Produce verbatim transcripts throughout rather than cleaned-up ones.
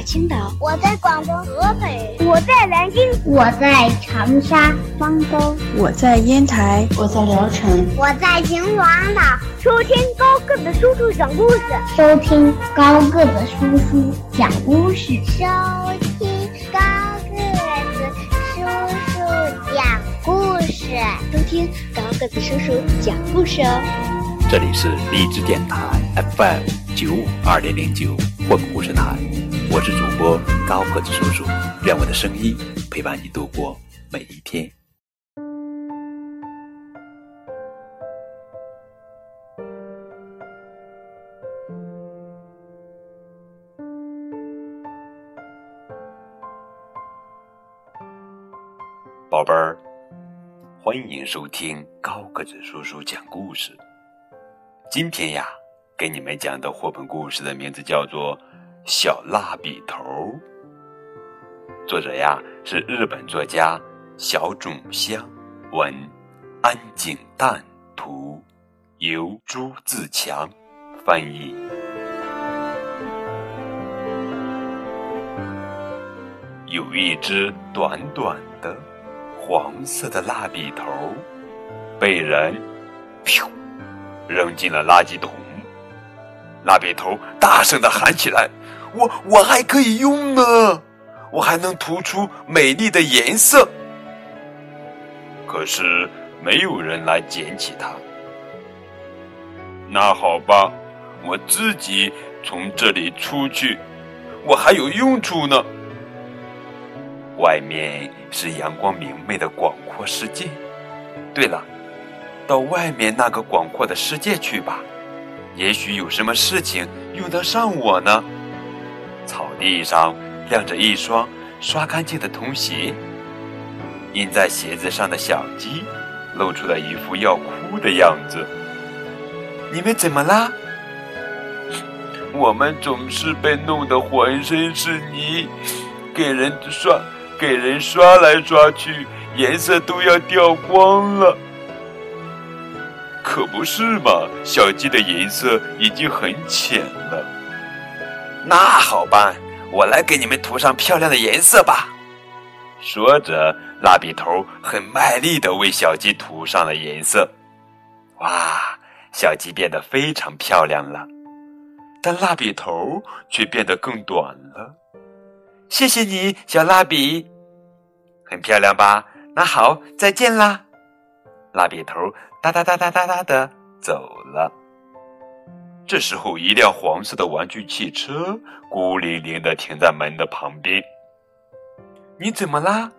青岛， 我在广东合肥， 我在南京， 我在长沙、 方舟， 我在烟台， 我在聊城， 我在秦皇岛。 收听高个子叔叔讲故事， 收听高个子叔叔讲故事， 收听高个子叔叔讲故事， 收听高个子叔叔讲故事哦。 这里是荔枝电台 F M 九五二零零九绘本故事台，我是主播高个子叔叔，愿我的声音陪伴你度过每一天。宝贝儿，欢迎收听高个子叔叔讲故事。今天呀，给你们讲的绘本故事的名字叫做《小蜡笔头》，作者呀是日本作家小冢香，文安井淡，图由朱自强翻译。有一只短短的黄色的蜡笔头，被人噗扔进了垃圾桶。蜡笔头大声地喊起来，我我还可以用呢，我还能涂出美丽的颜色。可是没有人来捡起它。那好吧，我自己从这里出去，我还有用处呢。外面是阳光明媚的广阔世界。对了，到外面那个广阔的世界去吧，也许有什么事情用得上我呢。草地上晾着一双刷干净的童鞋，印在鞋子上的小鸡露出了一副要哭的样子。你们怎么啦？我们总是被弄得浑身是泥，给人刷给人刷来刷去，颜色都要掉光了。可不是嘛，小鸡的颜色已经很浅了。那好办，我来给你们涂上漂亮的颜色吧。说着，蜡笔头很卖力地为小鸡涂上了颜色。哇，小鸡变得非常漂亮了，但蜡笔头却变得更短了。谢谢你，小蜡笔。很漂亮吧？那好，再见啦。蜡笔头哒哒哒哒哒哒的走了。这时候，一辆黄色的玩具汽车孤零零地停在门的旁边。你怎么啦？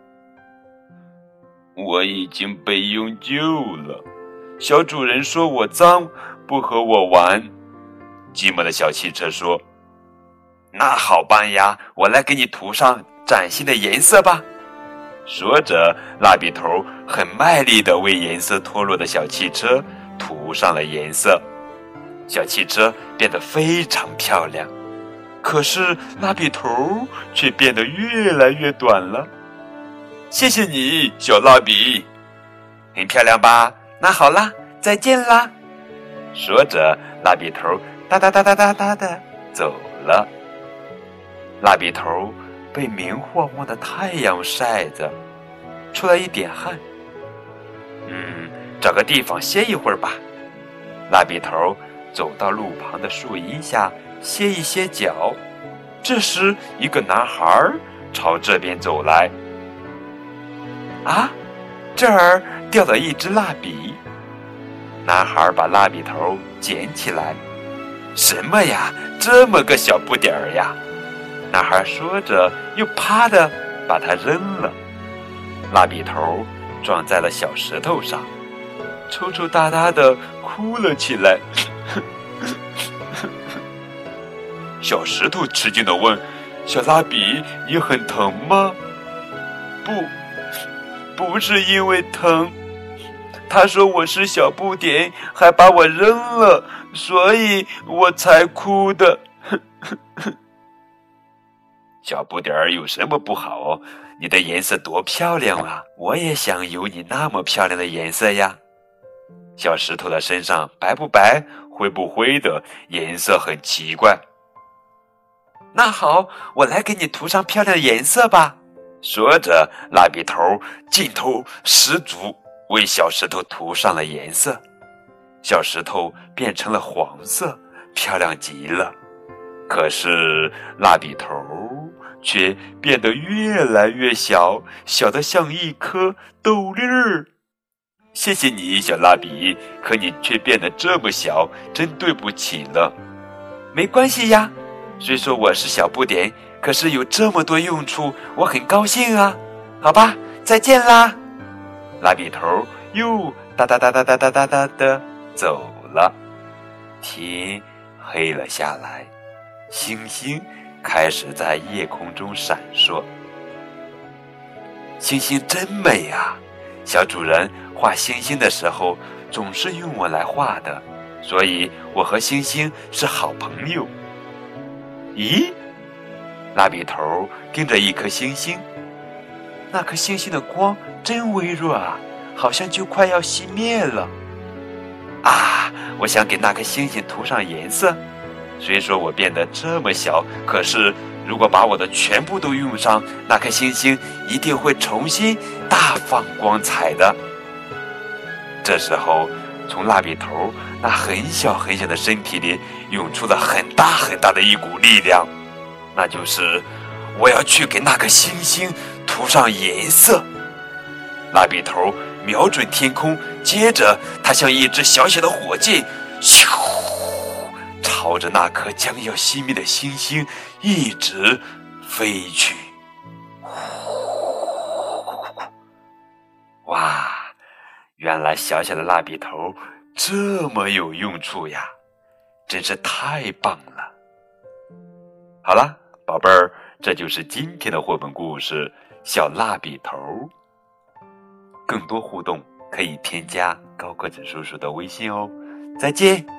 我已经被用旧了，小主人说我脏，不和我玩。寂寞的小汽车说，那好办呀，我来给你涂上崭新的颜色吧。说着，蜡笔头很卖力地为颜色脱落的小汽车涂上了颜色。小汽车变得非常漂亮，可是蜡笔头却变得越来越短了。谢谢你，小蜡笔。很漂亮吧？那好啦，再见啦。说着，蜡笔头哒哒哒哒哒哒的走了。蜡笔头被明晃晃的太阳晒着，出了一点汗。嗯，找个地方歇一会儿吧。蜡笔头走到路旁的树荫下歇一歇脚。这时，一个男孩朝这边走来。啊，这儿掉了一支蜡笔。男孩把蜡笔头捡起来。什么呀，这么个小不点儿呀！男孩说着，又啪的把它扔了。蜡笔头撞在了小石头上，抽抽搭搭的哭了起来。小石头吃惊地问，小蜡笔，你很疼吗？不，不是因为疼，他说我是小不点，还把我扔了，所以我才哭的。小不点儿有什么不好哦？你的颜色多漂亮啊！我也想有你那么漂亮的颜色呀。小石头的身上白不白、灰不灰的，颜色很奇怪。 那好，我来给你涂上漂亮颜色吧。说着，蜡笔头劲头十足，为小石头涂上了颜色。小石头变成了黄色，漂亮极了。可是蜡笔头却变得越来越小，小得像一颗豆粒儿。谢谢你，小蜡笔，可你却变得这么小，真对不起了。没关系呀，虽说我是小不点，可是有这么多用处，我很高兴啊。好吧，再见啦。蜡笔头又哒哒哒哒哒哒哒哒的走了。天黑了下来，星星开始在夜空中闪烁。星星真美啊！小主人画星星的时候总是用我来画的，所以我和星星是好朋友。咦，蜡笔头盯着一颗星星，那颗星星的光真微弱啊，好像就快要熄灭了。啊，我想给那颗星星涂上颜色。虽说我变得这么小，可是如果把我的全部都用上，那颗星星一定会重新大放光彩的。这时候，从蜡笔头那很小很小的身体里涌出了很大很大的一股力量，那就是我要去给那颗星星涂上颜色。蜡笔头瞄准天空，接着他像一只小小的火箭，咻，朝着那颗将要熄灭的星星一直飞去。哇，原来小小的蜡笔头这么有用处呀，真是太棒了。好了，宝贝儿，这就是今天的绘本故事《小蜡笔头》。更多互动可以添加高个子叔叔的微信哦。再见。